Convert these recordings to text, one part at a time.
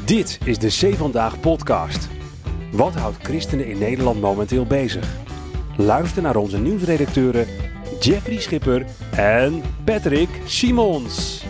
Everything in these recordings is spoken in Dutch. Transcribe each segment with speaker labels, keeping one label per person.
Speaker 1: Dit is de C Vandaag podcast. Wat houdt christenen in Nederland momenteel bezig? Luister naar onze nieuwsredacteuren Jeffrey Schipper en Patrick Simons.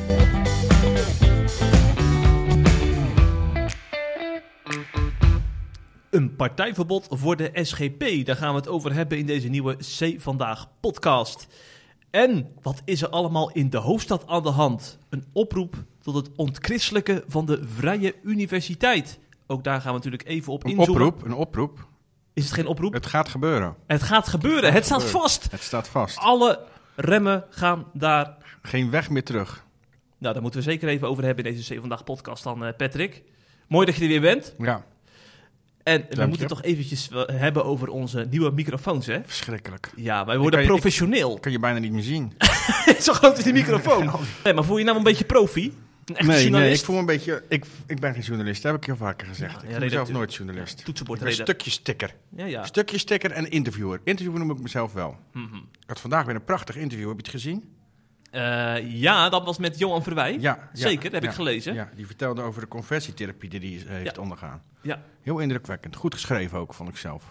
Speaker 2: Een partijverbod voor de SGP, daar gaan we het over hebben in deze nieuwe C Vandaag podcast. En wat is er allemaal in de hoofdstad aan de hand? Een oproep tot het ontchristelijken van de Vrije Universiteit. Ook daar gaan we natuurlijk even op inzoomen.
Speaker 3: Een oproep.
Speaker 2: Is het geen oproep?
Speaker 3: Het gaat gebeuren.
Speaker 2: Het gaat gebeuren, het staat vast.
Speaker 3: Het staat vast.
Speaker 2: Alle remmen gaan daar.
Speaker 3: Geen weg meer terug.
Speaker 2: Nou, daar moeten we zeker even over hebben in deze C Vandaag podcast dan, Patrick. Mooi dat je er weer bent.
Speaker 3: Ja.
Speaker 2: En we moeten het toch eventjes hebben over onze nieuwe microfoons, hè?
Speaker 3: Verschrikkelijk.
Speaker 2: Ja, wij worden professioneel.
Speaker 3: Kan je bijna niet meer zien.
Speaker 2: Zo groot is die microfoon. Nee, maar voel je nou een beetje profi? Een echte journalist?
Speaker 3: Nee, ik voel me een beetje... Ik ben geen journalist, dat heb ik heel vaker gezegd. Ik voel mezelf nooit journalist.
Speaker 2: Toetsenbord.
Speaker 3: Een stukje sticker.
Speaker 2: Ja.
Speaker 3: Stukje sticker en interviewer. Interviewer noem ik mezelf wel.
Speaker 2: Mm-hmm.
Speaker 3: Ik had vandaag weer een prachtig interview. Heb je het gezien?
Speaker 2: Ja, dat was met Johan Verwij.
Speaker 3: Ja.
Speaker 2: Zeker, dat heb ik gelezen.
Speaker 3: Ja, die vertelde over de conversietherapie die hij heeft ondergaan.
Speaker 2: Ja.
Speaker 3: Heel indrukwekkend. Goed geschreven ook, vond ik zelf.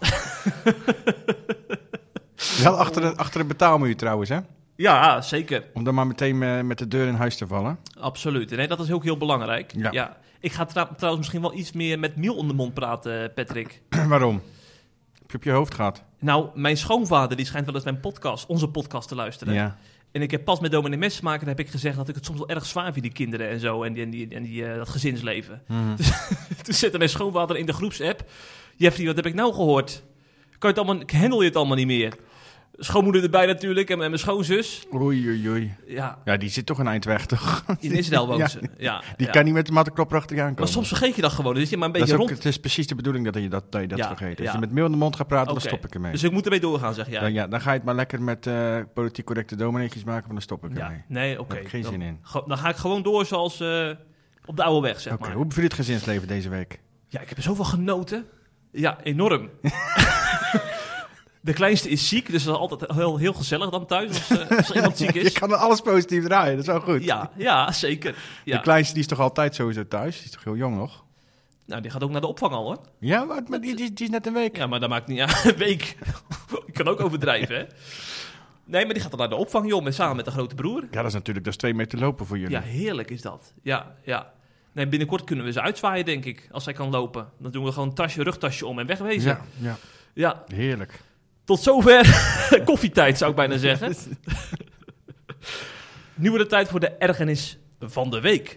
Speaker 3: Wel achter de betaalmuur trouwens, hè?
Speaker 2: Ja, zeker.
Speaker 3: Om dan maar meteen met de deur in huis te vallen.
Speaker 2: Absoluut. Nee, dat is ook heel belangrijk.
Speaker 3: Ja.
Speaker 2: Ik ga trouwens misschien wel iets meer met Miel om de mond praten, Patrick.
Speaker 3: Waarom? Heb je op je hoofd gehad?
Speaker 2: Nou, mijn schoonvader die schijnt wel eens onze podcast te luisteren.
Speaker 3: Ja.
Speaker 2: En ik heb pas met dominee Messenmaker heb ik gezegd dat ik het soms wel erg zwaar vind, die kinderen en zo. En dat gezinsleven.
Speaker 3: Mm.
Speaker 2: Dus toen zette mijn schoonvader in de groepsapp. Jeffrey, wat heb ik nou gehoord? Handel je het allemaal niet meer? Schoonmoeder erbij natuurlijk en mijn schoonzus.
Speaker 3: Oei.
Speaker 2: Ja,
Speaker 3: Ja, die zit toch een eind weg, toch?
Speaker 2: in Israël woont ze.
Speaker 3: Ja.
Speaker 2: Ja,
Speaker 3: Die kan niet met de mattenklopper achter je aankomen.
Speaker 2: Maar soms vergeet je dat gewoon. Dan zit je maar een beetje rond.
Speaker 3: Het is precies de bedoeling dat je dat vergeet. Als
Speaker 2: ja.
Speaker 3: je met meel in de mond gaat praten,
Speaker 2: Oké.
Speaker 3: dan stop ik ermee.
Speaker 2: Dus ik moet ermee doorgaan, zeg jij.
Speaker 3: Dan ga je het maar lekker met politiek correcte domineetjes maken, maar dan stop ik ermee.
Speaker 2: Nee, oké.
Speaker 3: Daar heb ik geen zin in.
Speaker 2: Dan ga ik gewoon door zoals op de oude weg, zeg
Speaker 3: Oké,
Speaker 2: maar.
Speaker 3: hoe beviel je het gezinsleven deze week?
Speaker 2: Ja, ik heb er zoveel genoten. Ja, enorm. De kleinste is ziek, dus dat is altijd heel gezellig dan thuis als er iemand ziek is.
Speaker 3: Je kan er alles positief draaien, dat is wel goed.
Speaker 2: Ja, zeker. Ja.
Speaker 3: De kleinste die is toch altijd sowieso thuis? Die is toch heel jong nog?
Speaker 2: Nou, die gaat ook naar de opvang al, hoor.
Speaker 3: Ja, maar die is net een week.
Speaker 2: Ja, maar dat maakt niet uit. Een week. Ik kan ook overdrijven, hè. Nee, maar die gaat dan naar de opvang, joh, samen met de grote broer.
Speaker 3: Ja, dat is 2 meter lopen voor jullie.
Speaker 2: Ja, heerlijk is dat. Ja. Nee, binnenkort kunnen we ze uitzwaaien, denk ik, als zij kan lopen. Dan doen we gewoon een rugtasje om en wegwezen. Ja.
Speaker 3: Heerlijk.
Speaker 2: Tot zover koffietijd, zou ik bijna zeggen. Nu wordt het tijd voor de ergernis van de week.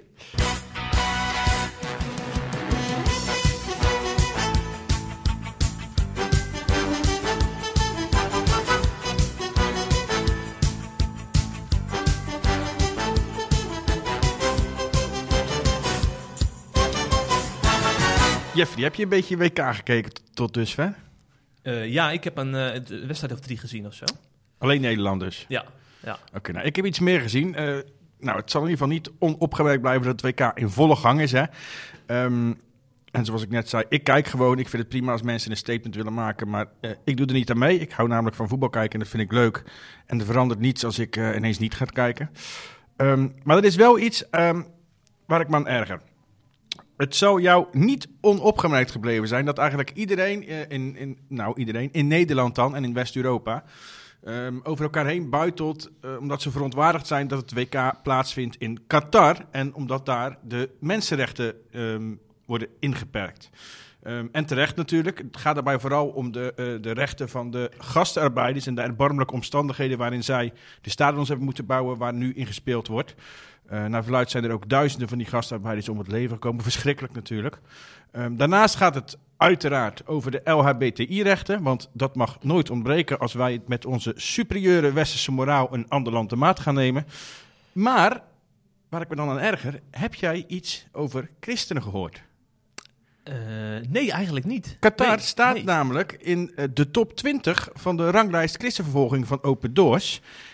Speaker 3: Jeffrey, heb je een beetje WK gekeken tot dusver?
Speaker 2: Ja, ik heb een wedstrijd of 3 gezien of zo.
Speaker 3: Alleen Nederlanders?
Speaker 2: Ja.
Speaker 3: Oké, nou, ik heb iets meer gezien. Nou, het zal in ieder geval niet onopgemerkt blijven dat het WK in volle gang is, hè. En zoals ik net zei, ik kijk gewoon. Ik vind het prima als mensen een statement willen maken, maar ik doe er niet aan mee. Ik hou namelijk van voetbal kijken en dat vind ik leuk. En er verandert niets als ik ineens niet ga kijken. Maar er is wel iets waar ik me aan erger. Het zou jou niet onopgemerkt gebleven zijn dat eigenlijk iedereen in Nederland dan en in West-Europa over elkaar heen buitelt, omdat ze verontwaardigd zijn dat het WK plaatsvindt in Qatar en omdat daar de mensenrechten worden ingeperkt. En terecht natuurlijk. Het gaat daarbij vooral om de rechten van de gastarbeiders en de erbarmelijke omstandigheden waarin zij de stadions hebben moeten bouwen waar nu in gespeeld wordt. Naar verluidt zijn er ook duizenden van die gastarbeiders om het leven gekomen. Verschrikkelijk natuurlijk. Daarnaast gaat het uiteraard over de LHBTI-rechten, want dat mag nooit ontbreken als wij het met onze superieure westerse moraal een ander land de maat gaan nemen. Maar, waar ik me dan aan erger, heb jij iets over christenen gehoord?
Speaker 2: Nee, eigenlijk niet.
Speaker 3: Qatar staat namelijk in de top 20 van de ranglijst christenvervolging van Open Doors.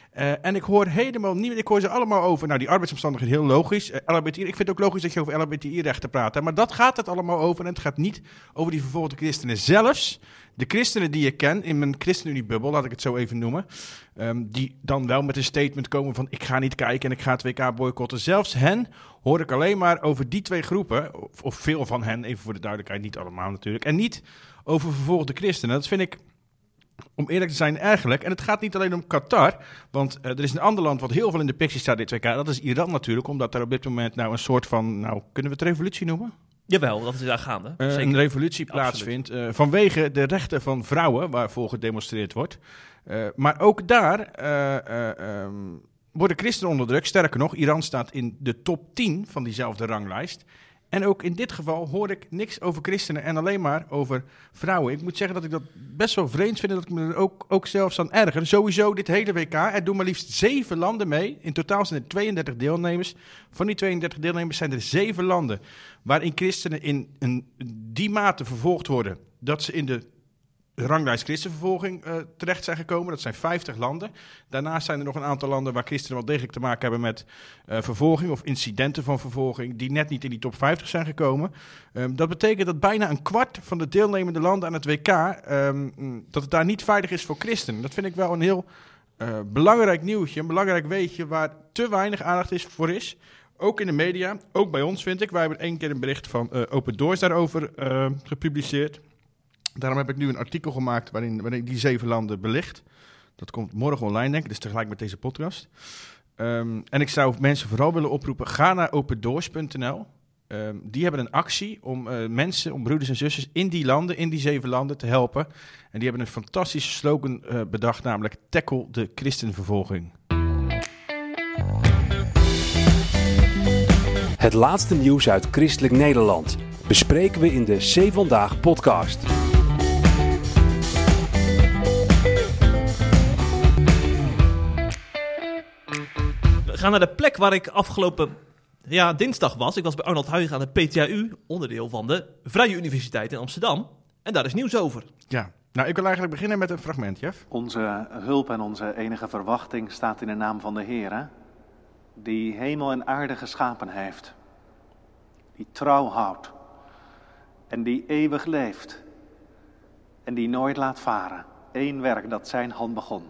Speaker 3: En ik hoor helemaal niet, ik hoor ze allemaal over, die arbeidsomstandigheden, heel logisch. LHBTI, ik vind het ook logisch dat je over LHBTI-rechten praat. Hè, maar dat gaat het allemaal over en het gaat niet over die vervolgde christenen. Zelfs de christenen die ik ken, in mijn ChristenUnie-bubbel, laat ik het zo even noemen, die dan wel met een statement komen van ik ga niet kijken en ik ga het WK boycotten. Zelfs hen hoor ik alleen maar over die twee groepen, of veel van hen, even voor de duidelijkheid, niet allemaal natuurlijk, en niet over vervolgde christenen. Dat vind ik, om eerlijk te zijn, ergerlijk. En het gaat niet alleen om Qatar, want er is een ander land wat heel veel in de picture staat dit WK. Dat is Iran natuurlijk, omdat daar op dit moment een soort van, kunnen we het revolutie noemen?
Speaker 2: Jawel, dat is daar gaande.
Speaker 3: Een revolutie plaatsvindt vanwege de rechten van vrouwen, waarvoor gedemonstreerd wordt. Maar ook daar worden christenen onder druk. Sterker nog, Iran staat in de top 10 van diezelfde ranglijst. En ook in dit geval hoor ik niks over christenen en alleen maar over vrouwen. Ik moet zeggen dat ik dat best wel vreemd vind en dat ik me er ook zelfs aan erger. Sowieso dit hele WK, er doen maar liefst 7 landen mee. In totaal zijn er 32 deelnemers. Van die 32 deelnemers zijn er 7 landen waarin christenen in die mate vervolgd worden dat ze in de ranglijst christenvervolging terecht zijn gekomen. Dat zijn 50 landen. Daarnaast zijn er nog een aantal landen waar christenen wel degelijk te maken hebben met vervolging of incidenten van vervolging die net niet in die top 50 zijn gekomen. Dat betekent dat bijna een kwart van de deelnemende landen aan het WK, dat het daar niet veilig is voor christenen. Dat vind ik wel een heel belangrijk nieuwtje, een belangrijk weetje waar te weinig aandacht voor is. Ook in de media, ook bij ons vind ik. Wij hebben 1 keer een bericht van Open Doors daarover gepubliceerd. Daarom heb ik nu een artikel gemaakt waarin die 7 landen belicht. Dat komt morgen online, denk ik, dus tegelijk met deze podcast. En ik zou mensen vooral willen oproepen, ga naar opendoors.nl. Die hebben een actie om mensen, om broeders en zusters in die landen, in die 7 landen te helpen. En die hebben een fantastische slogan bedacht, namelijk tackle de christenvervolging.
Speaker 1: Het laatste nieuws uit Christelijk Nederland bespreken we in de C Vandaag podcast.
Speaker 2: We gaan naar de plek waar ik afgelopen dinsdag was. Ik was bij Arnold Huigen aan de PTHU, onderdeel van de Vrije Universiteit in Amsterdam. En daar is nieuws over.
Speaker 3: Ja, ik wil eigenlijk beginnen met een fragment, Jeff.
Speaker 4: Onze hulp en onze enige verwachting staat in de naam van de Heer, die hemel en aarde geschapen heeft. Die trouw houdt. En die eeuwig leeft. En die nooit laat varen. 1 werk dat zijn hand begon.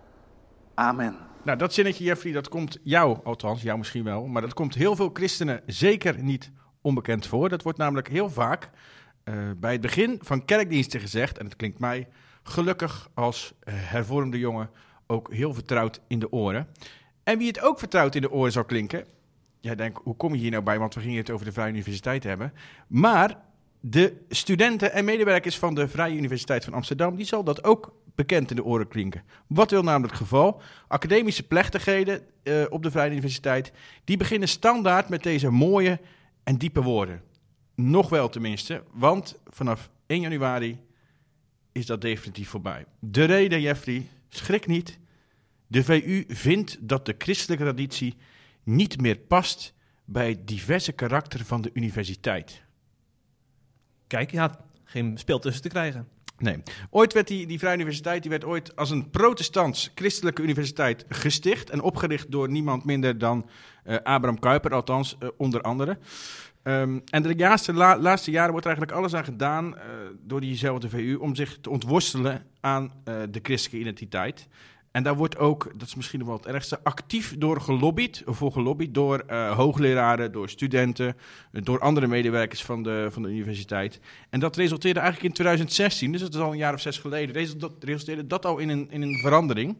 Speaker 4: Amen.
Speaker 3: Nou, dat zinnetje, Jeffrey, dat komt jou misschien wel, maar dat komt heel veel christenen zeker niet onbekend voor. Dat wordt namelijk heel vaak bij het begin van kerkdiensten gezegd, en het klinkt mij gelukkig als hervormde jongen ook heel vertrouwd in de oren. En wie het ook vertrouwd in de oren zou klinken, jij denkt, hoe kom je hier nou bij, want we gingen het over de Vrije Universiteit hebben, maar de studenten en medewerkers van de Vrije Universiteit van Amsterdam, die zal dat ook bekend in de oren klinken. Wat wil namelijk het geval? Academische plechtigheden op de Vrije Universiteit, die beginnen standaard met deze mooie en diepe woorden. Nog wel tenminste, want vanaf 1 januari is dat definitief voorbij. De reden, Jeffrey, schrik niet. De VU vindt dat de christelijke traditie niet meer past bij het diverse karakter van de universiteit.
Speaker 2: Kijk, je had geen speel tussen te krijgen.
Speaker 3: Nee. Ooit werd die Vrije Universiteit werd ooit als een protestants-christelijke universiteit gesticht en opgericht door niemand minder dan Abraham Kuyper, althans onder andere. En de laatste jaren wordt er eigenlijk alles aan gedaan door diezelfde VU om zich te ontworstelen aan de christelijke identiteit. En daar wordt ook, dat is misschien nog wel het ergste, actief voor gelobbyd door hoogleraren, door studenten, door andere medewerkers van de universiteit. En dat resulteerde eigenlijk in 2016, dus dat is al een jaar of 6 geleden, resulteerde dat al in een verandering.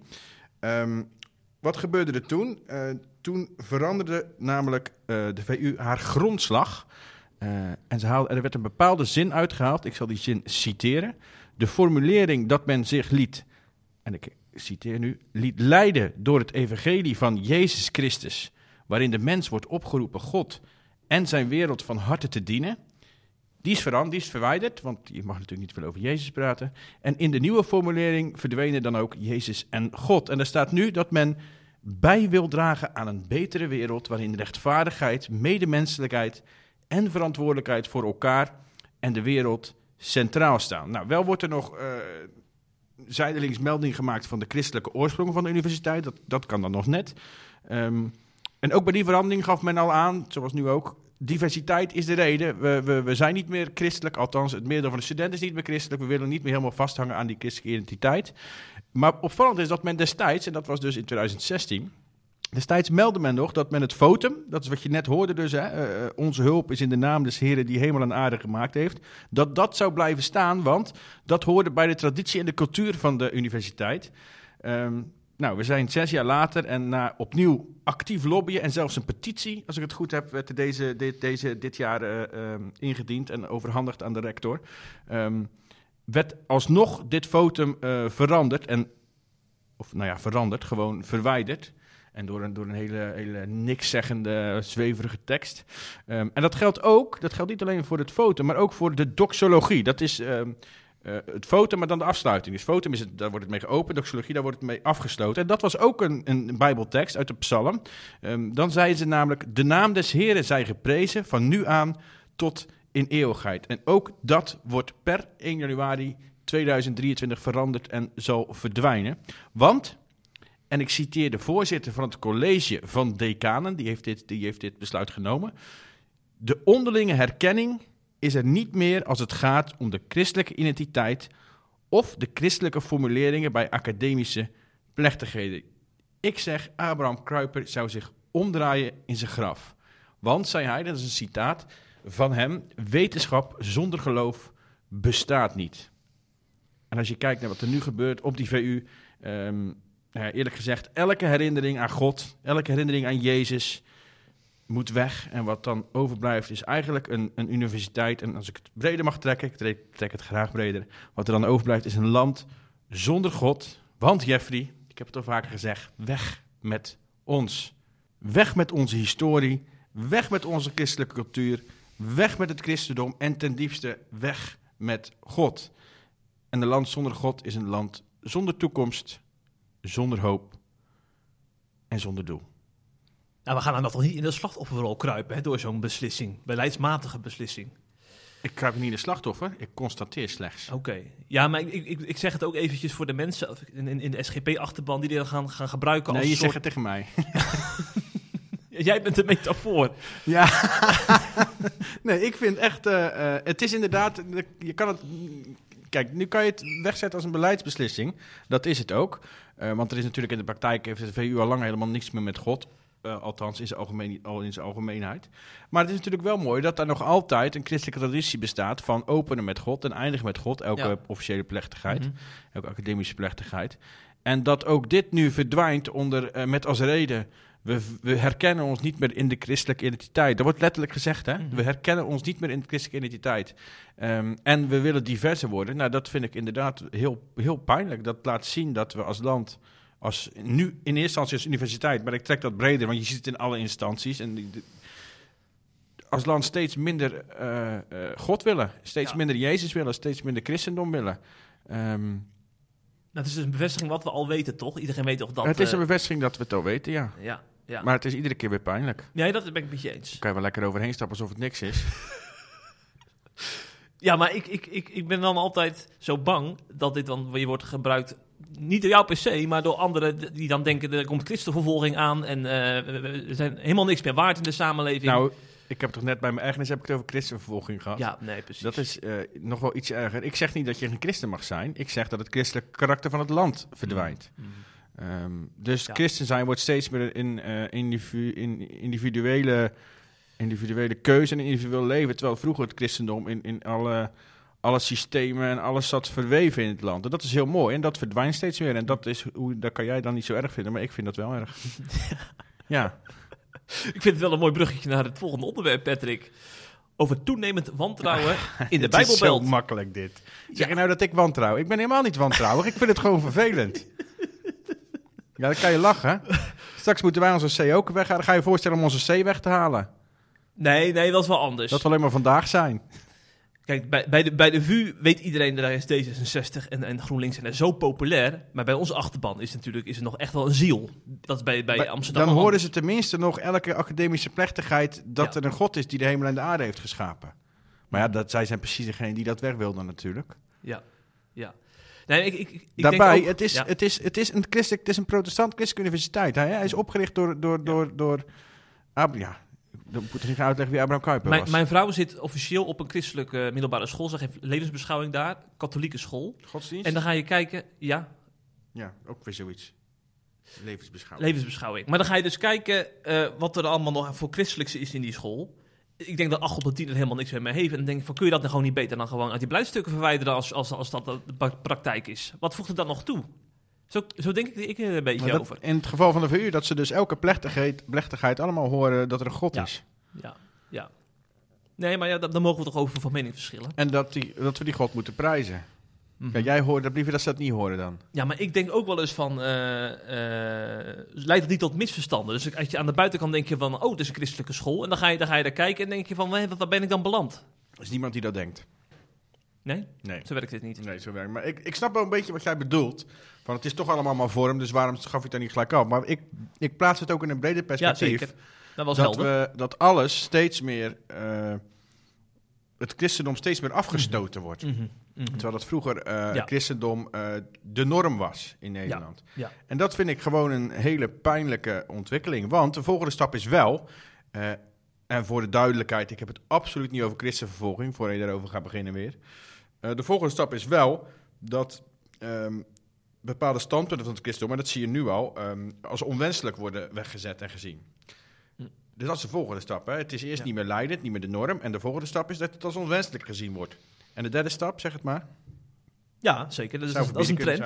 Speaker 3: Wat gebeurde er toen? Toen veranderde namelijk de VU haar grondslag. En er werd een bepaalde zin uitgehaald, ik zal die zin citeren. De formulering dat men zich liet, en ik citeer nu, liet leiden door het evangelie van Jezus Christus, waarin de mens wordt opgeroepen God en zijn wereld van harte te dienen, die is verwijderd, want je mag natuurlijk niet veel over Jezus praten. En in de nieuwe formulering verdwenen dan ook Jezus en God. En er staat nu dat men bij wil dragen aan een betere wereld, waarin rechtvaardigheid, medemenselijkheid en verantwoordelijkheid voor elkaar en de wereld centraal staan. Nou, wel wordt er nog zijdelings melding gemaakt van de christelijke oorsprong van de universiteit. Dat kan dan nog net. En ook bij die verandering gaf men al aan, zoals nu ook, diversiteit is de reden. We zijn niet meer christelijk, althans het meerdere van de studenten is niet meer christelijk. We willen niet meer helemaal vasthangen aan die christelijke identiteit. Maar opvallend is dat men destijds, en dat was dus in 2016... Destijds meldde men nog dat men het votum, dat is wat je net hoorde dus, onze hulp is in de naam des Heren die hemel en aarde gemaakt heeft, dat zou blijven staan, want dat hoorde bij de traditie en de cultuur van de universiteit. We zijn 6 jaar later en na opnieuw actief lobbyen en zelfs een petitie, als ik het goed heb, werd dit jaar ingediend en overhandigd aan de rector. Werd alsnog dit votum veranderd, gewoon verwijderd. En door een hele nikszeggende, zweverige tekst. En dat geldt niet alleen voor het votum, maar ook voor de doxologie. Dat is het votum, maar dan de afsluiting. Dus votum, daar wordt het mee geopend, doxologie, daar wordt het mee afgesloten. En dat was ook een bijbeltekst uit de psalm. Dan zeiden ze namelijk, de naam des Heren zij geprezen, van nu aan tot in eeuwigheid. En ook dat wordt per 1 januari 2023 veranderd en zal verdwijnen. Want... En ik citeer de voorzitter van het college van decanen, die heeft dit besluit genomen. De onderlinge herkenning is er niet meer als het gaat om de christelijke identiteit of de christelijke formuleringen bij academische plechtigheden. Ik zeg, Abraham Kuyper zou zich omdraaien in zijn graf. Want, zei hij, dat is een citaat van hem, wetenschap zonder geloof bestaat niet. En als je kijkt naar wat er nu gebeurt op die VU... eerlijk gezegd, elke herinnering aan God, elke herinnering aan Jezus moet weg. En wat dan overblijft is eigenlijk een universiteit. En als ik het breder mag trekken, ik trek het graag breder. Wat er dan overblijft is een land zonder God. Want Jeffrey, ik heb het al vaker gezegd, weg met ons. Weg met onze historie, weg met onze christelijke cultuur, weg met het christendom en ten diepste weg met God. En een land zonder God is een land zonder toekomst, zonder hoop en zonder doel.
Speaker 2: Nou, we gaan dan nog niet in de slachtofferrol kruipen, hè, door zo'n beslissing, beleidsmatige beslissing.
Speaker 3: Ik kruip niet in de slachtoffer, ik constateer slechts.
Speaker 2: Oké. Ja, maar ik zeg het ook eventjes voor de mensen in de SGP-achterban die dit gaan gebruiken als
Speaker 3: nee, je
Speaker 2: soort...
Speaker 3: zegt het tegen mij.
Speaker 2: Jij bent de metafoor.
Speaker 3: Ja. Nee, ik vind echt... het is inderdaad... Je kan het... Kijk, nu kan je het wegzetten als een beleidsbeslissing. Dat is het ook. Want er is natuurlijk in de praktijk... heeft de VU al lang helemaal niks meer met God. Althans, in zijn algemeenheid. Maar het is natuurlijk wel mooi dat er nog altijd een christelijke traditie bestaat... van openen met God en eindigen met God. Elke officiële plechtigheid. Elke academische plechtigheid. En dat ook dit nu verdwijnt met als reden... We herkennen ons niet meer in de christelijke identiteit. Dat wordt letterlijk gezegd, hè? We herkennen ons niet meer in de christelijke identiteit. En we willen diverser worden. Nou, dat vind ik inderdaad heel, heel pijnlijk. Dat laat zien dat we als land, nu in eerste instantie als universiteit... maar ik trek dat breder, want je ziet het in alle instanties... En als land steeds minder God willen. Steeds minder Jezus willen. Steeds minder christendom willen.
Speaker 2: Dat is dus een bevestiging wat we al weten, toch? Iedereen weet toch dat...
Speaker 3: Het is een bevestiging dat we het al weten, ja.
Speaker 2: Ja.
Speaker 3: Maar het is iedere keer weer pijnlijk.
Speaker 2: Nee, dat ben ik met je eens.
Speaker 3: Dan kan je wel lekker overheen stappen alsof het niks is.
Speaker 2: Ja, maar ik ben dan altijd zo bang dat dit dan weer wordt gebruikt... Niet door jou per se, maar door anderen die dan denken... er komt christenvervolging aan en we zijn helemaal niks meer waard in de samenleving.
Speaker 3: Nou, ik heb toch net bij mijn ergernis heb ik het over christenvervolging gehad.
Speaker 2: Ja, nee, precies.
Speaker 3: Dat is nog wel iets erger. Ik zeg niet dat je geen christen mag zijn. Ik zeg dat het christelijk karakter van het land verdwijnt. Dus christen zijn wordt steeds meer in individuele keuze en individueel leven. Terwijl vroeger het christendom in alle systemen en alles zat verweven in het land. En dat is heel mooi. En dat verdwijnt steeds meer. En dat kan jij dan niet zo erg vinden, maar ik vind dat wel erg. Ja.
Speaker 2: Ik vind het wel een mooi bruggetje naar het volgende onderwerp, Patrick. Over toenemend wantrouwen in de Bijbelbelt.
Speaker 3: Het is zo makkelijk dit. Zeg je nou dat ik wantrouw? Ik ben helemaal niet wantrouwig. Ik vind het gewoon vervelend. Ja, dan kan je lachen. Straks moeten wij onze C ook weghalen. Ga je voorstellen om onze C weg te halen?
Speaker 2: Nee, dat is wel anders.
Speaker 3: Dat wil alleen maar vandaag zijn.
Speaker 2: Kijk, bij de VU weet iedereen, daar is D66 en GroenLinks zijn er zo populair. Maar bij onze achterban is er nog echt wel een ziel. Dat is bij Amsterdam.
Speaker 3: Dan horen ze tenminste nog elke academische plechtigheid dat er een God is die de hemel en de aarde heeft geschapen. Maar ja, zij zijn precies degene die dat weg wilden natuurlijk.
Speaker 2: Ja. Nee, ik
Speaker 3: Daarbij,
Speaker 2: denk ook,
Speaker 3: het is een protestant-christelijke universiteit. Hij is opgericht door dan moet ik niet gaan uitleggen wie Abraham Kuyper was.
Speaker 2: Mijn vrouw zit officieel op een christelijke middelbare school. Ze geeft levensbeschouwing daar, katholieke school.
Speaker 3: Godsdienst?
Speaker 2: En dan ga je kijken,
Speaker 3: Ja, ook weer zoiets.
Speaker 2: Levensbeschouwing. Maar dan ga je dus kijken wat er allemaal nog voor christelijks is in die school. Ik denk dat 8 op de 10 er helemaal niks mee heeft. En dan denk ik van, kun je dat dan gewoon niet beter dan gewoon uit die beleidsstukken verwijderen als dat de praktijk is? Wat voegt er dan nog toe? Zo denk ik een beetje over.
Speaker 3: In het geval van de VU, dat ze dus elke plechtigheid allemaal horen dat er een God is.
Speaker 2: Ja. Nee, maar daar mogen we toch over van mening verschillen.
Speaker 3: En dat we die God moeten prijzen. Mm-hmm. Ja, jij hoort dat liever dat ze dat niet horen dan. Ja,
Speaker 2: maar ik denk ook wel eens van, leidt het niet tot misverstanden? Dus als je aan de buitenkant denk je van, het is een christelijke school. En dan ga je daar kijken en denk je van, waar ben ik dan beland?
Speaker 3: Er is niemand die dat denkt.
Speaker 2: Nee? Zo werkt dit niet.
Speaker 3: Nee, zo werkt. Maar ik snap wel een beetje wat jij bedoelt. Van het is toch allemaal maar vorm, dus waarom gaf ik daar niet gelijk op? Maar ik plaats het ook in een breder perspectief.
Speaker 2: Ja, zeker. Dat was helder.
Speaker 3: Dat alles steeds meer, het christendom steeds meer afgestoten wordt.
Speaker 2: Mm-hmm.
Speaker 3: Terwijl dat vroeger het christendom de norm was in Nederland. Ja. En dat vind ik gewoon een hele pijnlijke ontwikkeling. Want de volgende stap is wel, en voor de duidelijkheid, ik heb het absoluut niet over christenvervolging, voor je daarover gaat beginnen weer. De volgende stap is wel dat bepaalde standpunten van het christendom, en dat zie je nu al, als onwenselijk worden weggezet en gezien. Dus dat is de volgende stap. Hè. Het is eerst niet meer leidend, niet meer de norm. En de volgende stap is dat het als onwenselijk gezien wordt. En de derde stap, zeg het maar.
Speaker 2: Ja, zeker. Dat is een trend.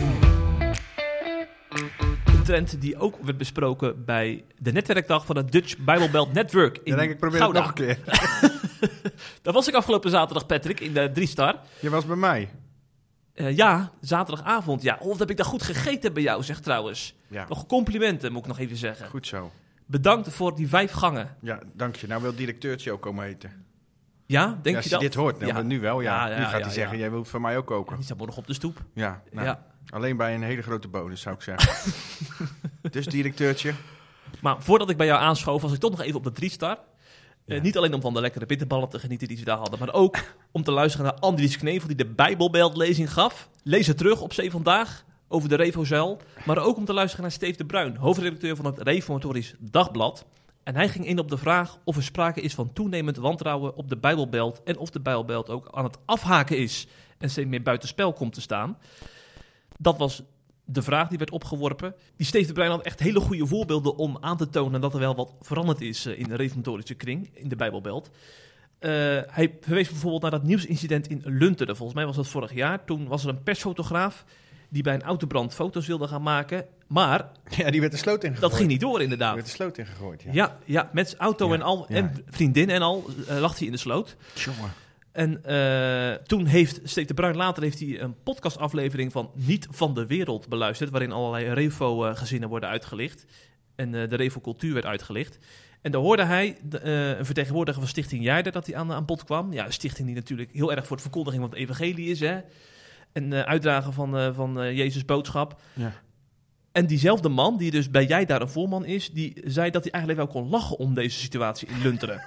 Speaker 2: Een trend die ook werd besproken bij de netwerkdag van het Dutch Bible Belt Network in Gouda.
Speaker 3: Ik probeer het nog een keer.
Speaker 2: Daar was ik afgelopen zaterdag, Patrick, in de 3-star.
Speaker 3: Je was bij mij.
Speaker 2: Ja, zaterdagavond. Ja, wat heb ik daar goed gegeten bij jou, zeg trouwens. Ja. Nog complimenten, moet ik nog even zeggen.
Speaker 3: Goed zo.
Speaker 2: Bedankt voor die 5 gangen.
Speaker 3: Ja, dank je. Nou wil het directeurtje ook komen eten.
Speaker 2: Ja, denk je dat?
Speaker 3: Als je dit hoort, nou, nu wel, ja. Nu gaat hij zeggen,
Speaker 2: ja.
Speaker 3: Jij wilt van mij ook koken.
Speaker 2: Die staat nog op de stoep.
Speaker 3: Ja, alleen bij een hele grote bonus, zou ik zeggen. Dus directeurtje.
Speaker 2: Maar voordat ik bij jou aanschoof, was ik toch nog even op de 3-star. Niet alleen om van de lekkere bitterballen te genieten die ze daar hadden, maar ook om te luisteren naar Andries Knevel, die de Bijbelbeltlezing gaf. Lees het terug op Zee Vandaag over de Revozuil. Maar ook om te luisteren naar Steve de Bruin, hoofdredacteur van het Reformatorisch Dagblad. En hij ging in op de vraag of er sprake is van toenemend wantrouwen op de Bijbelbelt en of de Bijbelbelt ook aan het afhaken is en steeds meer buitenspel komt te staan. Dat was de vraag die werd opgeworpen. Die Steve de Bruin had echt hele goede voorbeelden om aan te tonen dat er wel wat veranderd is in de reformatorische kring, in de Bijbelbelt. Hij verwees bijvoorbeeld naar dat nieuwsincident in Lunteren. Volgens mij was dat vorig jaar. Toen was er een persfotograaf die bij een autobrand foto's wilde gaan maken. Maar
Speaker 3: ja, die werd de sloot ingegooid.
Speaker 2: Dat ging niet door, inderdaad.
Speaker 3: Die werd de sloot ingegooid,
Speaker 2: ja. Met zijn auto en al, en vriendin en al, lag hij in de sloot.
Speaker 3: Jongen.
Speaker 2: En toen heeft Steve de Bruin later een podcastaflevering van Niet van de Wereld beluisterd, waarin allerlei Revo-gezinnen worden uitgelicht. En de Revo-cultuur werd uitgelicht. En daar hoorde hij een vertegenwoordiger van Stichting Jijder dat hij aan bod kwam. Ja, een stichting die natuurlijk heel erg voor de verkondiging van het evangelie is, hè. En uitdragen van Jezus' boodschap. Ja. En diezelfde man, die dus bij jij daar een voorman is, die zei dat hij eigenlijk wel kon lachen om deze situatie in Lunteren.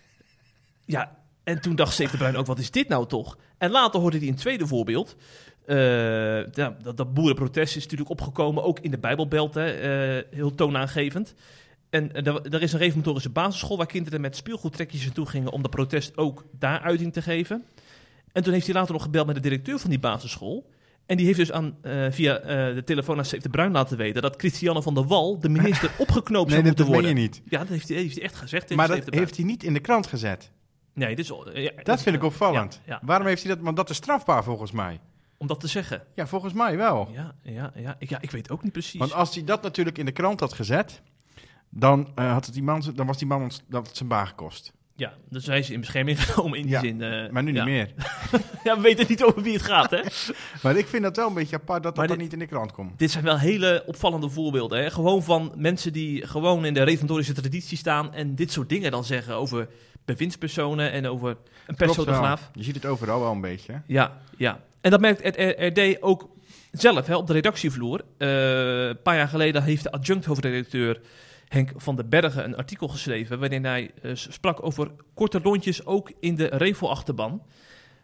Speaker 2: Ja, en toen dacht Steve de Bruin ook, wat is dit nou toch? En later hoorde hij een tweede voorbeeld. Dat boerenprotest is natuurlijk opgekomen, ook in de Bijbelbelt, heel toonaangevend. En er is een reformatorische basisschool waar kinderen met speelgoedtrekjes naartoe gingen om dat protest ook daar uiting te geven. En toen heeft hij later nog gebeld met de directeur van die basisschool. En die heeft dus via de telefoon aan Steve de Bruin laten weten dat Christiane van der Wal, de minister, opgeknoopt zou moeten worden.
Speaker 3: Nee, dat meen je niet.
Speaker 2: Ja, dat heeft hij echt gezegd.
Speaker 3: Maar dat heeft hij niet in de krant gezet.
Speaker 2: Nee,
Speaker 3: dat vind ik opvallend.
Speaker 2: Ja.
Speaker 3: Waarom heeft hij dat? Want dat is strafbaar volgens mij.
Speaker 2: Om dat te zeggen?
Speaker 3: Ja, volgens mij wel.
Speaker 2: Ja, ik weet ook niet precies.
Speaker 3: Want als hij dat natuurlijk in de krant had gezet, dan was die man zijn baan gekost.
Speaker 2: Ja, dus hij is in bescherming genomen in die zin.
Speaker 3: Maar nu niet meer.
Speaker 2: Ja, we weten niet over wie het gaat, hè?
Speaker 3: Maar ik vind dat wel een beetje apart dat dat niet in de krant komt.
Speaker 2: Dit zijn wel hele opvallende voorbeelden, hè? Gewoon van mensen die gewoon in de reformatorische traditie staan en dit soort dingen dan zeggen over bewindspersonen en over een persfotograaf.
Speaker 3: Je ziet het overal wel een beetje. Hè?
Speaker 2: Ja. En dat merkt het RD ook zelf, hè, op de redactievloer. Een paar jaar geleden heeft de adjunct hoofdredacteur Henk van den Bergen een artikel geschreven waarin hij sprak over korte rondjes ook in de Revo-achterban.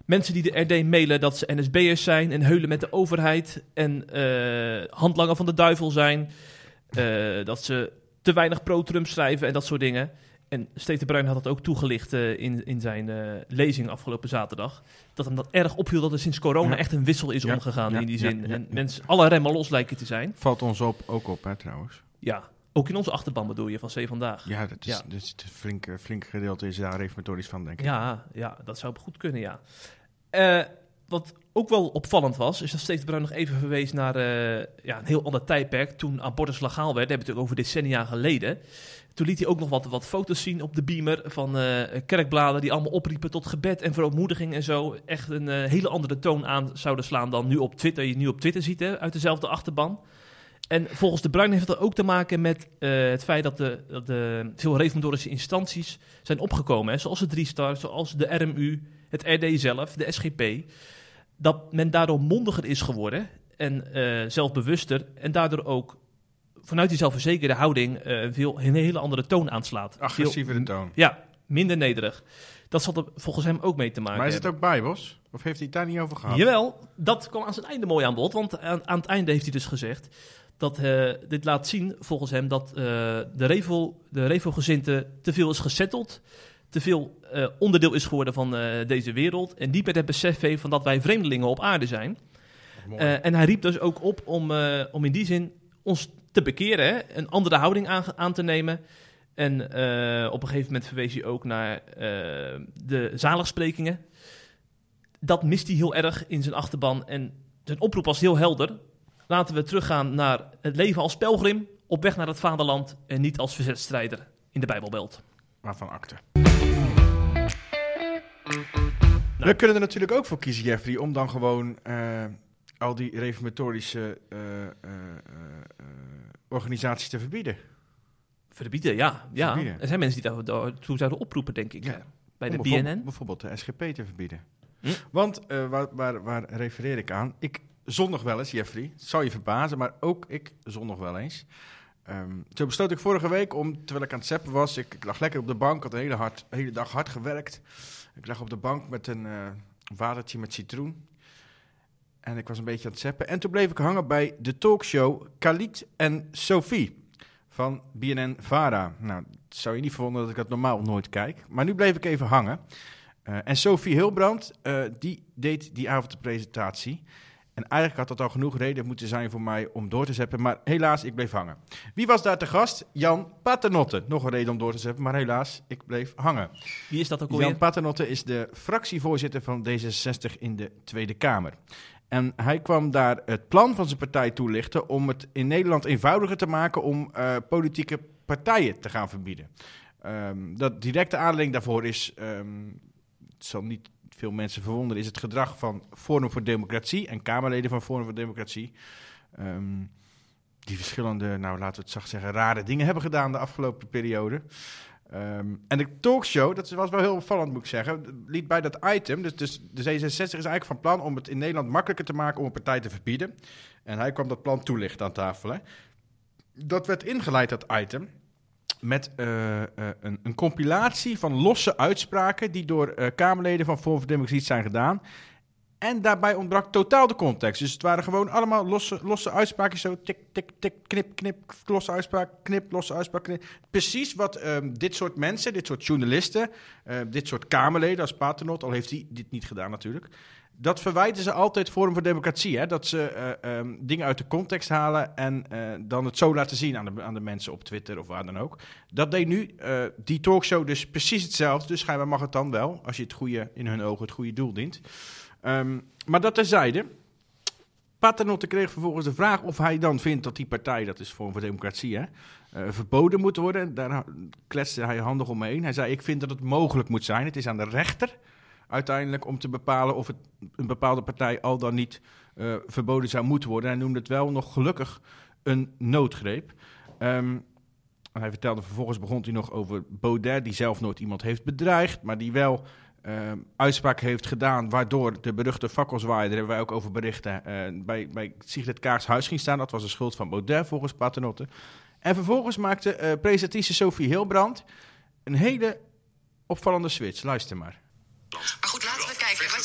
Speaker 2: Mensen die de RD mailen dat ze NSB'ers zijn en heulen met de overheid en handlanger van de duivel zijn. Dat ze te weinig pro-Trump schrijven en dat soort dingen. En Steve de Bruin had dat ook toegelicht in zijn lezing afgelopen zaterdag. Dat hem dat erg opviel dat er sinds corona echt een wissel is omgegaan in die zin. En mensen alle remmen los lijken te zijn.
Speaker 3: Valt ons ook op, hè, trouwens.
Speaker 2: Ja, ook in onze achterban bedoel je, van C Vandaag.
Speaker 3: Ja, dat is dus een flink gedeelte is daar reformatorisch van, denk ik.
Speaker 2: Ja, dat zou goed kunnen, ja. Wat ook wel opvallend was, is dat Steve de Bruin nog even verwees naar een heel ander tijdperk. Toen abortus legaal werd, dat hebben we natuurlijk over decennia geleden. Toen liet hij ook nog wat foto's zien op de beamer van kerkbladen die allemaal opriepen tot gebed en verootmoediging en zo. Echt een hele andere toon aan zouden slaan dan je nu op Twitter ziet, hè, uit dezelfde achterban. En volgens de Bruin heeft dat ook te maken met het feit dat de veel reformatorische instanties zijn opgekomen. Hè, zoals de 3-Star, zoals de RMU, het RD zelf, de SGP. Dat men daardoor mondiger is geworden en zelfbewuster. En daardoor ook vanuit die zelfverzekerde houding een hele andere toon aanslaat.
Speaker 3: Agressievere toon.
Speaker 2: Ja, minder nederig. Dat zal er volgens hem ook mee te maken hebben.
Speaker 3: Maar is het ook bijbels? Of heeft hij het daar niet over gehad?
Speaker 2: Jawel, dat kwam aan zijn einde mooi aan bod. Want aan het einde heeft hij dus gezegd dat dit laat zien, volgens hem, dat de Revo-gezinte te veel is gesetteld, te veel onderdeel is geworden van deze wereld en niet met het besef heeft van dat wij vreemdelingen op aarde zijn. En hij riep dus ook op om in die zin ons te bekeren, hè? Een andere houding aan te nemen. En op een gegeven moment verwees hij ook naar de zaligsprekingen. Dat mist hij heel erg in zijn achterban. En zijn oproep was heel helder. Laten we teruggaan naar het leven als pelgrim op weg naar het vaderland en niet als verzetstrijder in de Bijbelbelt.
Speaker 3: Waarvan akte. We kunnen er natuurlijk ook voor kiezen, Jeffrey, om dan gewoon al die reformatorische organisaties te verbieden.
Speaker 2: Verbieden, ja.
Speaker 3: Verbieden.
Speaker 2: Er zijn mensen die daartoe zouden oproepen, denk ik. Ja. Bij de BNN.
Speaker 3: Bijvoorbeeld de SGP te verbieden. Want, waar refereer ik aan? Ik zondig wel eens, Jeffrey. Het zou je verbazen, maar ook ik zondig wel eens. Toen besloot ik vorige week terwijl ik aan het zappen was, ik lag lekker op de bank, had de hele dag hard gewerkt. Ik lag op de bank met een watertje met citroen. En ik was een beetje aan het zappen. En toen bleef ik hangen bij de talkshow Khalid en Sophie van BNN-Vara. Nou, het zou je niet verwonderen dat ik dat normaal nooit kijk. Maar nu bleef ik even hangen. En Sophie Hilbrand, die deed die avond de presentatie. En eigenlijk had dat al genoeg reden moeten zijn voor mij om door te zeppen. Maar helaas, ik bleef hangen. Wie was daar te gast? Jan Paternotte. Nog een reden om door te zeppen, maar helaas, ik bleef hangen.
Speaker 2: Wie is dat ook alweer?
Speaker 3: Jan Paternotte is de fractievoorzitter van D66 in de Tweede Kamer. En hij kwam daar het plan van zijn partij toelichten om het in Nederland eenvoudiger te maken om politieke partijen te gaan verbieden. Dat directe aanleiding daarvoor is, het zal niet veel mensen verwonderen, is het gedrag van Forum voor Democratie en Kamerleden van Forum voor Democratie. Die verschillende, nou laten we het zacht zeggen, rare dingen hebben gedaan de afgelopen periode. En de talkshow, dat was wel heel opvallend moet ik zeggen, liet bij dat item, dus de D66 is eigenlijk van plan om het in Nederland makkelijker te maken om een partij te verbieden. En hij kwam dat plan toelichten aan tafel. Hè. Dat werd ingeleid, dat item, met een compilatie van losse uitspraken die door Kamerleden van Forum voor Democratie zijn gedaan. En daarbij ontbrak totaal de context. Dus het waren gewoon allemaal losse uitspraken. Zo tik, tik, tik, knip, knip, losse uitspraak, knip, losse uitspraak, knip. Precies wat dit soort mensen, dit soort journalisten, dit soort Kamerleden als Paternotte, al heeft hij dit niet gedaan natuurlijk. Dat verwijten ze altijd Forum voor Democratie. Hè? Dat ze dingen uit de context halen en dan het zo laten zien aan de mensen op Twitter of waar dan ook. Dat deed nu die talkshow dus precies hetzelfde. Dus schijnbaar mag het dan wel, als je het goede, in hun ogen het goede doel dient. Maar dat terzijde. Paternotte kreeg vervolgens de vraag of hij dan vindt dat die partij, dat is Forum voor Democratie, verboden moet worden. Daar kletste hij handig omheen. Hij zei, ik vind dat het mogelijk moet zijn. Het is aan de rechter uiteindelijk om te bepalen of een bepaalde partij al dan niet verboden zou moeten worden. Hij noemde het wel nog gelukkig een noodgreep. En hij vertelde vervolgens, begon hij nog over Baudet, die zelf nooit iemand heeft bedreigd, maar die wel uitspraak heeft gedaan, waardoor de beruchte fakkelzwaaier, daar hebben wij ook over berichten, bij Sigrid Kaag's huis ging staan. Dat was de schuld van Baudet, volgens Paternotte. En vervolgens maakte presentatrice Sophie Hilbrand een hele opvallende switch. Luister maar.
Speaker 5: Maar goed, laten we kijken. Wat jij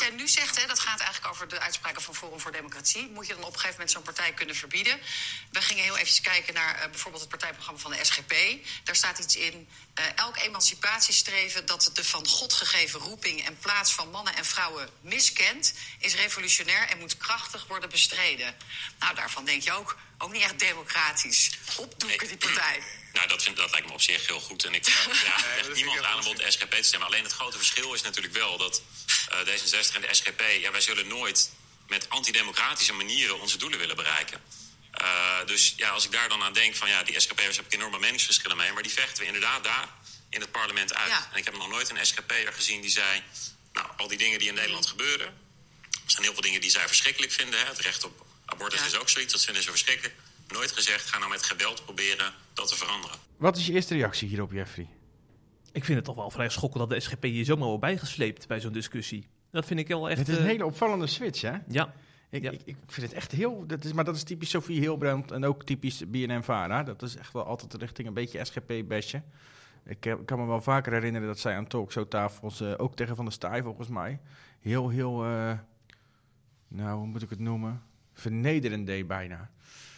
Speaker 5: jij nu zegt, hè, dat gaat eigenlijk over de uitspraken van Forum voor Democratie. Moet je dan op een gegeven moment zo'n partij kunnen verbieden? We gingen heel even kijken naar bijvoorbeeld het partijprogramma van de SGP. Daar staat iets in. Elk emancipatiestreven dat de van God gegeven roeping en plaats van mannen en vrouwen miskent, is revolutionair en moet krachtig worden bestreden. Nou, daarvan denk je ook niet echt democratisch. Opdoeken die partij.
Speaker 6: Nou, dat lijkt me op zich heel goed. En ik echt niemand aan om op de SGP te stemmen. Alleen het grote verschil is natuurlijk wel dat D66 en de SGP... Ja, wij zullen nooit met antidemocratische manieren onze doelen willen bereiken. Dus ja, als ik daar dan aan denk van ja, die SGP'ers heb ik enorme meningsverschillen mee. Maar die vechten we inderdaad daar in het parlement uit. Ja. En ik heb nog nooit een SGP'er gezien die zei... Nou, al die dingen die in Nederland gebeuren... Er zijn heel veel dingen die zij verschrikkelijk vinden. Hè? Het recht op abortus is ook zoiets, dat vinden ze verschrikkelijk. Nooit gezegd, ga nou met geweld proberen dat te veranderen.
Speaker 3: Wat is je eerste reactie hierop, Jeffrey?
Speaker 2: Ik vind het toch wel vrij schokkend dat de SGP hier zomaar wordt bijgesleept bij zo'n discussie. Dat vind ik wel echt...
Speaker 3: Het is een hele opvallende switch, hè?
Speaker 2: Ja.
Speaker 3: Ik vind het echt heel... Maar dat is typisch Sophie Hilbrand en ook typisch BNN-Vara. Dat is echt wel altijd richting een beetje SGP-besje. Ik kan me wel vaker herinneren dat zij aan talkshowtafels, ook tegen Van der Staaij volgens mij, heel, nou, hoe moet ik het noemen? Vernederend deed bijna.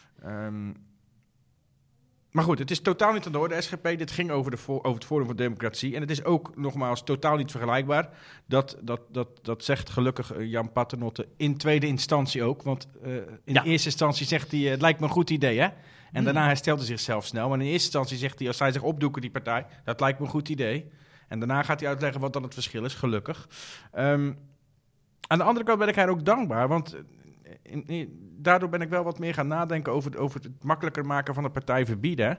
Speaker 3: Maar goed, het is totaal niet aan de orde, de SGP. Dit ging over het Forum voor Democratie. En het is ook, nogmaals, totaal niet vergelijkbaar. Dat zegt gelukkig Jan Paternotte in tweede instantie ook. Want in de eerste instantie zegt hij, het lijkt me een goed idee, hè? En daarna herstelt hij zichzelf snel. Maar in eerste instantie zegt hij, als zij zich opdoeken, die partij, dat lijkt me een goed idee. En daarna gaat hij uitleggen wat dan het verschil is, gelukkig. Aan de andere kant ben ik haar ook dankbaar, want daardoor ben ik wel wat meer gaan nadenken over het makkelijker maken van de partij verbieden.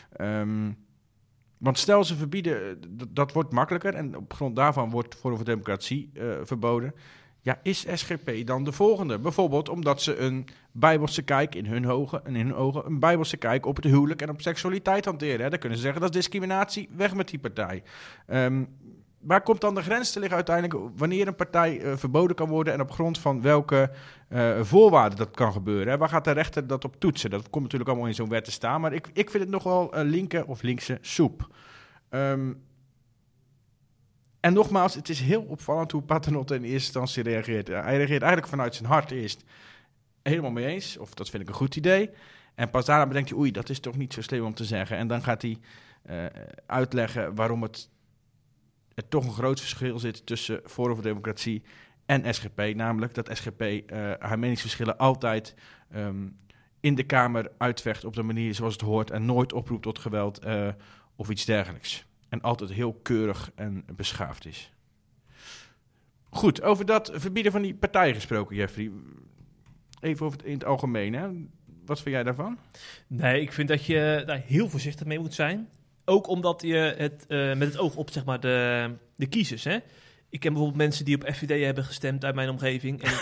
Speaker 3: Want stel ze verbieden, dat wordt makkelijker en op grond daarvan wordt Forum voor Democratie verboden. Ja, is SGP dan de volgende? Bijvoorbeeld omdat ze een bijbelse kijk in hun ogen een bijbelse kijk op het huwelijk en op seksualiteit hanteren. Hè? Dan kunnen ze zeggen, dat is discriminatie, weg met die partij. Waar komt dan de grens te liggen uiteindelijk wanneer een partij verboden kan worden en op grond van welke voorwaarden dat kan gebeuren? Hè? Waar gaat de rechter dat op toetsen? Dat komt natuurlijk allemaal in zo'n wet te staan, maar ik vind het nogal linker of linkse soep. En nogmaals, het is heel opvallend hoe Paternotte in eerste instantie reageert. Hij reageert eigenlijk vanuit zijn hart eerst helemaal mee eens, of dat vind ik een goed idee. En pas daarna bedenkt hij, oei, dat is toch niet zo slim om te zeggen. En dan gaat hij uitleggen waarom er toch een groot verschil zit tussen Forum voor Democratie en SGP. Namelijk dat SGP haar meningsverschillen altijd in de Kamer uitvecht op de manier zoals het hoort en nooit oproept tot geweld of iets dergelijks. En altijd heel keurig en beschaafd is. Goed, over dat verbieden van die partij gesproken, Jeffrey. Even over in het algemeen, hè? Wat vind jij daarvan?
Speaker 2: Nee, ik vind dat je daar heel voorzichtig mee moet zijn. Ook omdat je het met het oog op zeg maar de kiezers. Hè? Ik ken bijvoorbeeld mensen die op FVD hebben gestemd uit mijn omgeving. En,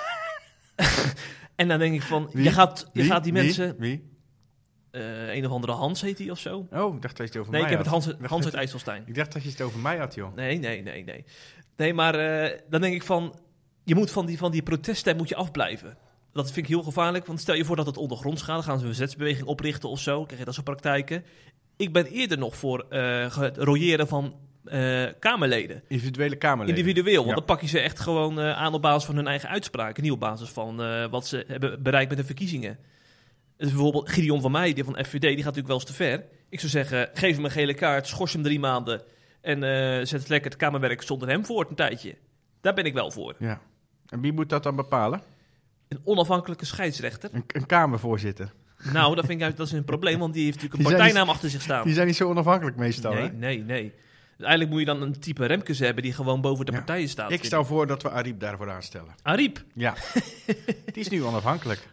Speaker 2: en dan denk ik van, je gaat die mensen...
Speaker 3: Wie?
Speaker 2: Een of andere Hans heet hij of zo.
Speaker 3: Oh, ik dacht dat je het over
Speaker 2: mij had. Nee, ik heb het Hans uit IJsselstein.
Speaker 3: Ik dacht dat je het over mij had, joh.
Speaker 2: Nee. Nee, maar dan denk ik van... Je moet van die proteststem moet je afblijven. Dat vind ik heel gevaarlijk. Want stel je voor dat het ondergronds gaat. Dan gaan ze een verzetsbeweging oprichten of zo. Krijg je dat soort praktijken. Ik ben eerder nog voor het royeren van Kamerleden.
Speaker 3: Individuele Kamerleden.
Speaker 2: Individueel, want dan pak je ze echt gewoon aan op basis van hun eigen uitspraken. Niet op basis van wat ze hebben bereikt met de verkiezingen. Dus bijvoorbeeld Gideon van Meijden van FVD, die gaat natuurlijk wel eens te ver. Ik zou zeggen, geef hem een gele kaart, schors hem 3 maanden... en zet lekker het Kamerwerk zonder hem voort een tijdje. Daar ben ik wel voor.
Speaker 3: Ja. En wie moet dat dan bepalen?
Speaker 2: Een onafhankelijke scheidsrechter.
Speaker 3: Een Kamervoorzitter.
Speaker 2: Nou, dat vind ik dat is een probleem, want die heeft natuurlijk een partijnaam achter zich staan.
Speaker 3: Die zijn niet zo onafhankelijk meestal, hè?
Speaker 2: Nee. Dus eigenlijk moet je dan een type Remkes hebben die gewoon boven de partijen staat.
Speaker 3: Ik stel voor dat we Ariep daarvoor aanstellen.
Speaker 2: Ariep?
Speaker 3: Ja. Die is nu onafhankelijk.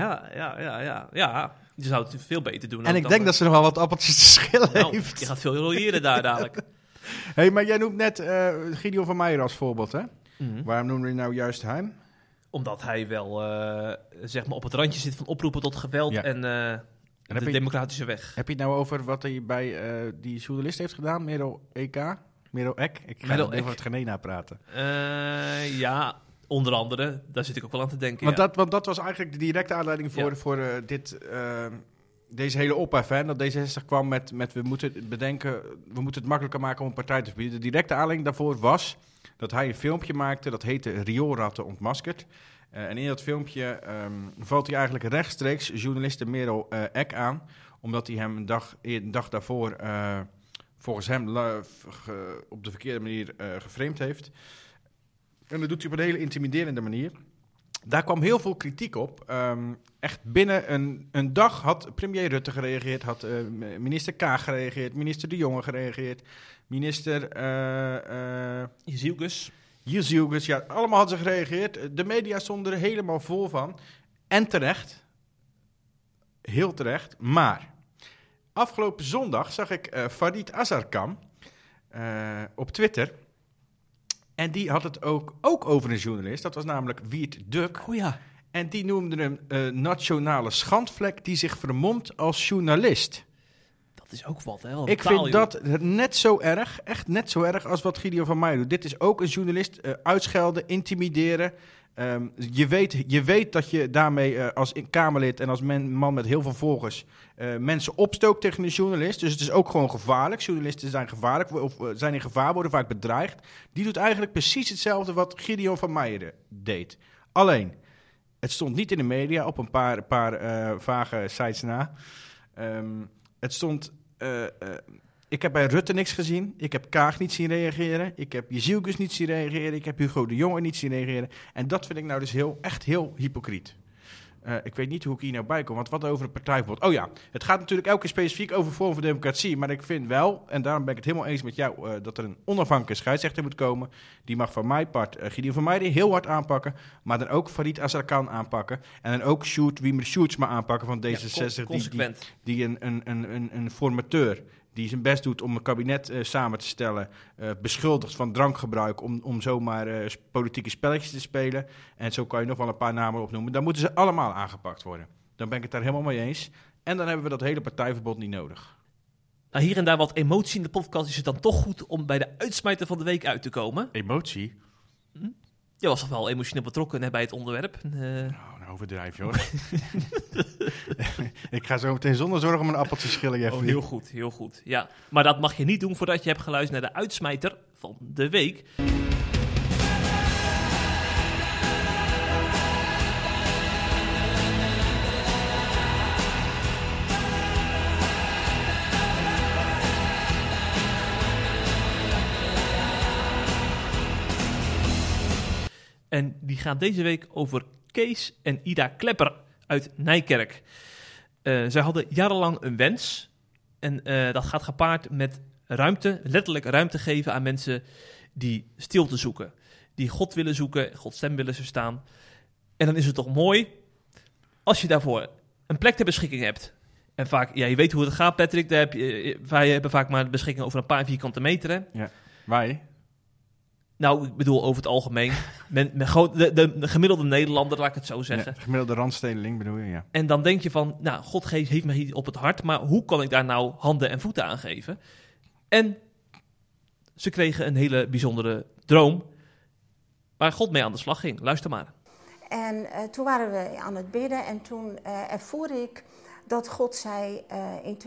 Speaker 2: Ja. Die zou het veel beter doen.
Speaker 3: En ik denk dat ze nog wel wat appeltjes te schillen heeft.
Speaker 2: Je gaat veel rolleren daar dadelijk.
Speaker 3: Hey, maar jij noemt net Gideon van Meijden als voorbeeld, hè?
Speaker 2: Mm-hmm.
Speaker 3: Waarom noemen we nou juist hem?
Speaker 2: Omdat hij wel zeg maar op het randje zit van oproepen tot geweld en de democratische weg.
Speaker 3: Heb je het nou over wat hij bij die journalist heeft gedaan? Merel Eck? Ik ga over het Genena praten.
Speaker 2: Ja, onder andere. Daar zit ik ook wel aan te denken.
Speaker 3: Want dat was eigenlijk de directe aanleiding voor dit deze hele ophef, hè, dat D66 kwam met we moeten het makkelijker maken om een partij te verbieden. De directe aanleiding daarvoor was dat hij een filmpje maakte, dat heette Rioolratten ontmaskerd. En in dat filmpje valt hij eigenlijk rechtstreeks journaliste Merel Eck aan, omdat hij hem een dag daarvoor volgens hem op de verkeerde manier geframed heeft. En dat doet hij op een hele intimiderende manier. Daar kwam heel veel kritiek op. Echt binnen een dag had premier Rutte gereageerd, had minister Kaag gereageerd, minister De Jonge gereageerd, minister Jezielgus, ja, allemaal hadden ze gereageerd. De media stonden er helemaal vol van. En terecht. Heel terecht. Maar afgelopen zondag zag ik Farid Azarkan op Twitter. En die had het ook over een journalist. Dat was namelijk Wiert Duk.
Speaker 2: Oh ja.
Speaker 3: En die noemde hem nationale schandvlek die zich vermomt als journalist.
Speaker 2: Dat is ook wat, hè?
Speaker 3: Ik vind dat net zo erg, echt net zo erg als wat Gideon van Meijer doet. Dit is ook een journalist, uitschelden, intimideren. Je weet dat je daarmee als Kamerlid en als man met heel veel volgers mensen opstookt tegen een journalist. Dus het is ook gewoon gevaarlijk. Journalisten zijn gevaarlijk of zijn in gevaar, worden vaak bedreigd. Die doet eigenlijk precies hetzelfde wat Gideon van Meijer deed. Alleen, het stond niet in de media op een paar vage sites na. Het stond... ik heb bij Rutte niks gezien. Ik heb Kaag niet zien reageren. Ik heb Jezielgus niet zien reageren. Ik heb Hugo de Jonge niet zien reageren. En dat vind ik nou dus echt heel hypocriet. Ik weet niet hoe ik hier nou bij kom. Want wat over een partijverbod? Oh ja, het gaat natuurlijk elke keer specifiek over vorm van democratie. Maar ik vind wel, en daarom ben ik het helemaal eens met jou, dat er een onafhankelijke scheidsrechter moet komen. Die mag van mijn part Gideon van Meijer heel hard aanpakken. Maar dan ook Farid Azarkan aanpakken. En dan ook Wiemer Sjoerdsma aanpakken van D66.
Speaker 2: Consequent.
Speaker 3: Die een formateur die zijn best doet om een kabinet samen te stellen, beschuldigd van drankgebruik om zomaar politieke spelletjes te spelen. En zo kan je nog wel een paar namen opnoemen. Dan moeten ze allemaal aangepakt worden. Dan ben ik het daar helemaal mee eens. En dan hebben we dat hele partijverbod niet nodig.
Speaker 2: Nou, hier en daar wat emotie in de podcast is het dan toch goed om bij de uitsmijter van de week uit te komen.
Speaker 3: Emotie?
Speaker 2: Je was toch wel emotioneel betrokken hè, bij het onderwerp.
Speaker 3: Nou, overdrijf je hoor. Ik ga zo meteen zonder zorgen om een appeltje schillen.
Speaker 2: Oh, heel goed, heel goed. Ja. Maar dat mag je niet doen voordat je hebt geluisterd naar de uitsmijter van de week. En die gaat deze week over Kees en Ida Klepper uit Nijkerk. Zij hadden jarenlang een wens. En dat gaat gepaard met ruimte, letterlijk ruimte geven aan mensen die stilte zoeken. Die God willen zoeken, Gods stem willen verstaan. En dan is het toch mooi als je daarvoor een plek ter beschikking hebt. En vaak, ja, je weet hoe het gaat, Patrick. Wij hebben vaak maar de beschikking over een paar vierkante meter. Hè?
Speaker 3: Ja, wij?
Speaker 2: Nou, ik bedoel over het algemeen. De gemiddelde Nederlander, laat ik het zo zeggen.
Speaker 3: Ja, de gemiddelde randstedeling bedoel je, ja.
Speaker 2: En dan denk je van, nou, God heeft me hier op het hart, maar hoe kan ik daar nou handen en voeten aan geven? En ze kregen een hele bijzondere droom waar God mee aan de slag ging. Luister maar.
Speaker 7: En toen waren we aan het bidden en toen ervoer ik dat God zei, in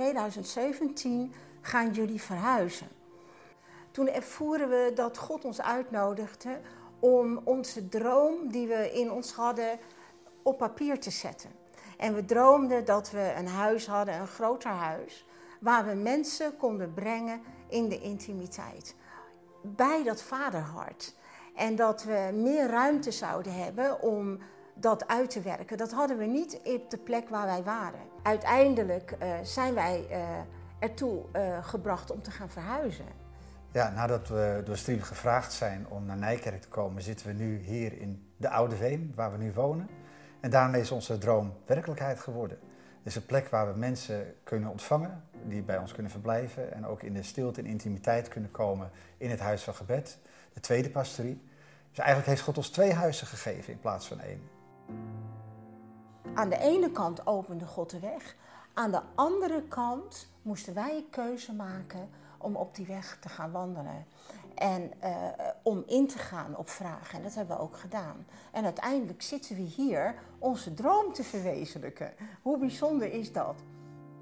Speaker 7: 2017 gaan jullie verhuizen. Toen ervoeren we dat God ons uitnodigde om onze droom die we in ons hadden op papier te zetten. En we droomden dat we een huis hadden, een groter huis, waar we mensen konden brengen in de intimiteit. Bij dat vaderhart. En dat we meer ruimte zouden hebben om dat uit te werken. Dat hadden we niet op de plek waar wij waren. Uiteindelijk zijn wij ertoe gebracht om te gaan verhuizen.
Speaker 8: Ja, nadat we door Stream gevraagd zijn om naar Nijkerk te komen, zitten we nu hier in de Oude Veen, waar we nu wonen. En daarmee is onze droom werkelijkheid geworden. Het is een plek waar we mensen kunnen ontvangen, die bij ons kunnen verblijven en ook in de stilte en intimiteit kunnen komen in het huis van gebed, de tweede pastorie. Dus eigenlijk heeft God ons 2 huizen gegeven in plaats van 1.
Speaker 7: Aan de ene kant opende God de weg, aan de andere kant moesten wij een keuze maken om op die weg te gaan wandelen. En om in te gaan op vragen. En dat hebben we ook gedaan. En uiteindelijk zitten we hier onze droom te verwezenlijken. Hoe bijzonder is dat?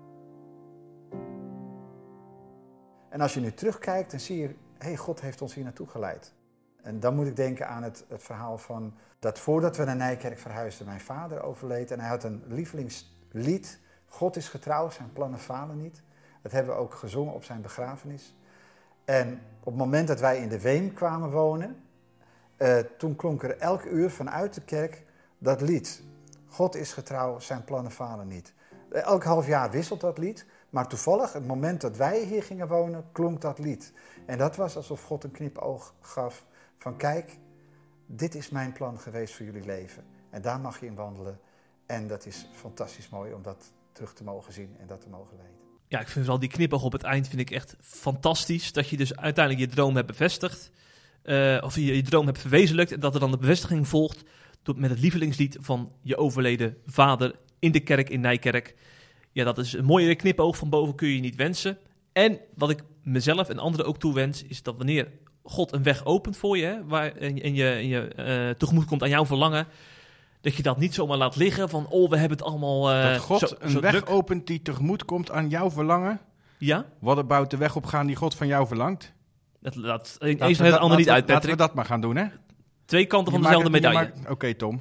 Speaker 8: En als je nu terugkijkt, dan zie je, God heeft ons hier naartoe geleid. En dan moet ik denken aan het verhaal van dat voordat we naar Nijkerk verhuisden, mijn vader overleed. En hij had een lievelingslied, God is getrouw, zijn plannen falen niet. Dat hebben we ook gezongen op zijn begrafenis. En op het moment dat wij in de Weem kwamen wonen, toen klonk er elk uur vanuit de kerk dat lied. God is getrouw, zijn plannen falen niet. Elk half jaar wisselt dat lied, maar toevallig, het moment dat wij hier gingen wonen, klonk dat lied. En dat was alsof God een knipoog gaf van kijk, dit is mijn plan geweest voor jullie leven. En daar mag je in wandelen. En dat is fantastisch mooi om dat terug te mogen zien en dat te mogen weten.
Speaker 2: Ja, ik vind vooral die knipoog op het eind vind ik echt fantastisch. Dat je dus uiteindelijk je droom hebt bevestigd. Of je droom hebt verwezenlijkt. En dat er dan de bevestiging volgt met het lievelingslied van je overleden vader in de kerk in Nijkerk. Ja, dat is een mooiere knipoog van boven kun je niet wensen. En wat ik mezelf en anderen ook toewens, is dat wanneer God een weg opent voor je, hè, en je tegemoet komt aan jouw verlangen, dat je dat niet zomaar laat liggen van, we hebben het allemaal
Speaker 3: dat God een weg
Speaker 2: druk
Speaker 3: opent die tegemoet komt aan jouw verlangen.
Speaker 2: Ja?
Speaker 3: Wat about de weg opgaan die God van jou verlangt?
Speaker 2: Dat eens het ander niet uit, Patrick.
Speaker 3: Laten we dat maar gaan doen, hè?
Speaker 2: Twee kanten van dezelfde medaille.
Speaker 3: Oké, Tom.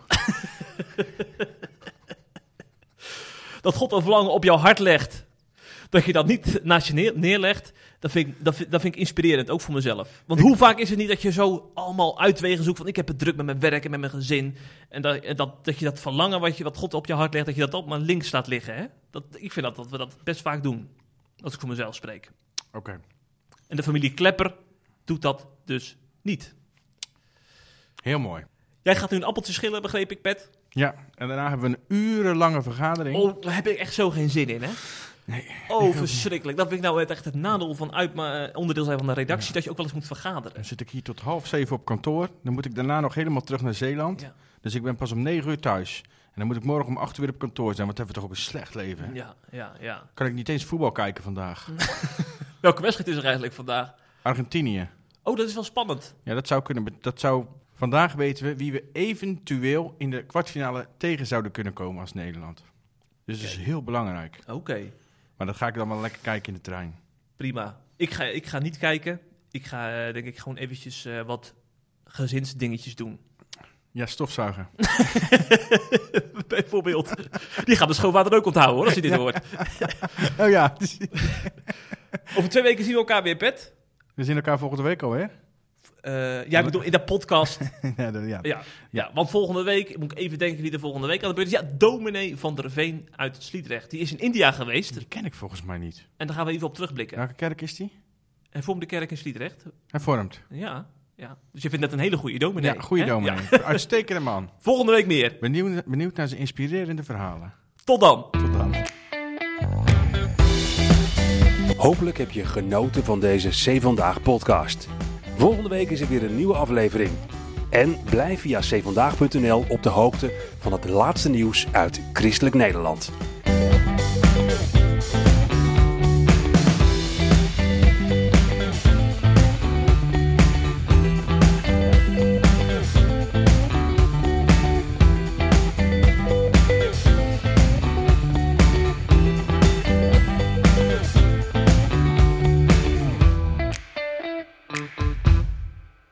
Speaker 2: Dat God een verlangen op jouw hart legt, dat je dat niet naast je neerlegt, dat vind ik inspirerend, ook voor mezelf. Want hoe vaak is het niet dat je zo allemaal uitwegen zoekt van ik heb het druk met mijn werk en met mijn gezin. En dat je dat verlangen wat God op je hart legt, dat je dat ook maar links laat liggen. Hè? Ik vind dat we dat best vaak doen, als ik voor mezelf spreek.
Speaker 3: Oké.
Speaker 2: En de familie Klepper doet dat dus niet.
Speaker 3: Heel mooi.
Speaker 2: Jij gaat nu een appeltje schillen, begreep ik, Pet?
Speaker 3: Ja, en daarna hebben we een urenlange vergadering.
Speaker 2: Daar heb ik echt zo geen zin in, hè?
Speaker 3: Nee.
Speaker 2: Verschrikkelijk. Dat vind ik nou echt het nadeel van onderdeel zijn van de redactie, dat je ook wel eens moet vergaderen.
Speaker 3: Dan zit ik hier tot 6:30 op kantoor. Dan moet ik daarna nog helemaal terug naar Zeeland. Ja. Dus ik ben pas om 9 uur thuis. En dan moet ik morgen om 8 uur op kantoor zijn. Want hebben we toch ook een slecht leven. Hè?
Speaker 2: Ja.
Speaker 3: Kan ik niet eens voetbal kijken vandaag.
Speaker 2: Welke wedstrijd is er eigenlijk vandaag?
Speaker 3: Argentinië.
Speaker 2: Oh, dat is wel spannend.
Speaker 3: Ja, dat zou kunnen. Vandaag weten we wie we eventueel in de kwartfinale tegen zouden kunnen komen als Nederland. Dus dat is heel belangrijk.
Speaker 2: Oké.
Speaker 3: Maar dat ga ik dan wel lekker kijken in de trein.
Speaker 2: Prima. Ik ga niet kijken. Ik ga denk ik gewoon eventjes wat gezinsdingetjes doen.
Speaker 3: Ja, stofzuigen.
Speaker 2: Bijvoorbeeld. Die gaat de schoonvader ook onthouden hoor, als hij dit hoort.
Speaker 3: Oh ja.
Speaker 2: Over 2 weken zien we elkaar weer, Pet.
Speaker 3: We zien elkaar volgende week alweer.
Speaker 2: Jij bedoelt in de podcast.
Speaker 3: Ja.
Speaker 2: Want volgende week, moet ik even denken wie er volgende week aan de beurt is. Ja, dominee van der Veen uit Sliedrecht. Die is in India geweest.
Speaker 3: Die ken ik volgens mij niet.
Speaker 2: En daar gaan we even op terugblikken.
Speaker 3: Welke kerk is die?
Speaker 2: Hervormde kerk in Sliedrecht.
Speaker 3: Hervormd.
Speaker 2: Ja. Dus je vindt dat een hele goede dominee.
Speaker 3: Ja, goede dominee. Ja. Uitstekende man.
Speaker 2: Volgende week meer.
Speaker 3: Benieuwd naar zijn inspirerende verhalen.
Speaker 2: Tot dan.
Speaker 1: Hopelijk heb je genoten van deze C Vandaag podcast. Volgende week is er weer een nieuwe aflevering. En blijf via cvandaag.nl op de hoogte van het laatste nieuws uit Christelijk Nederland.